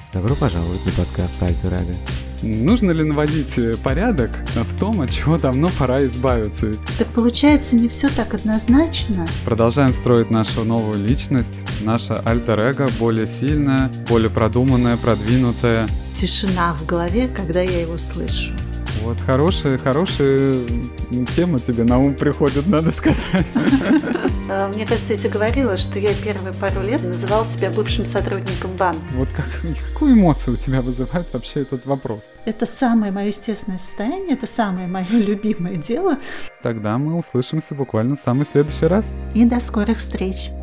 Добро пожаловать на подкаст Альтер Эго. Нужно ли наводить порядок в том, от чего давно пора избавиться? Так получается, не все так однозначно. Продолжаем строить нашу новую личность, наше альтер-эго более сильное, более продуманное, продвинутое. Тишина в голове, когда я его слышу. Вот хорошая тема тебе на ум приходит, надо сказать. Мне кажется, я тебе говорила, что я первые пару лет называла себя бывшим сотрудником банка. Вот какую эмоцию у тебя вызывает вообще этот вопрос? Это самое мое естественное состояние, это самое мое любимое дело. Тогда мы услышимся буквально в самый следующий раз. И до скорых встреч!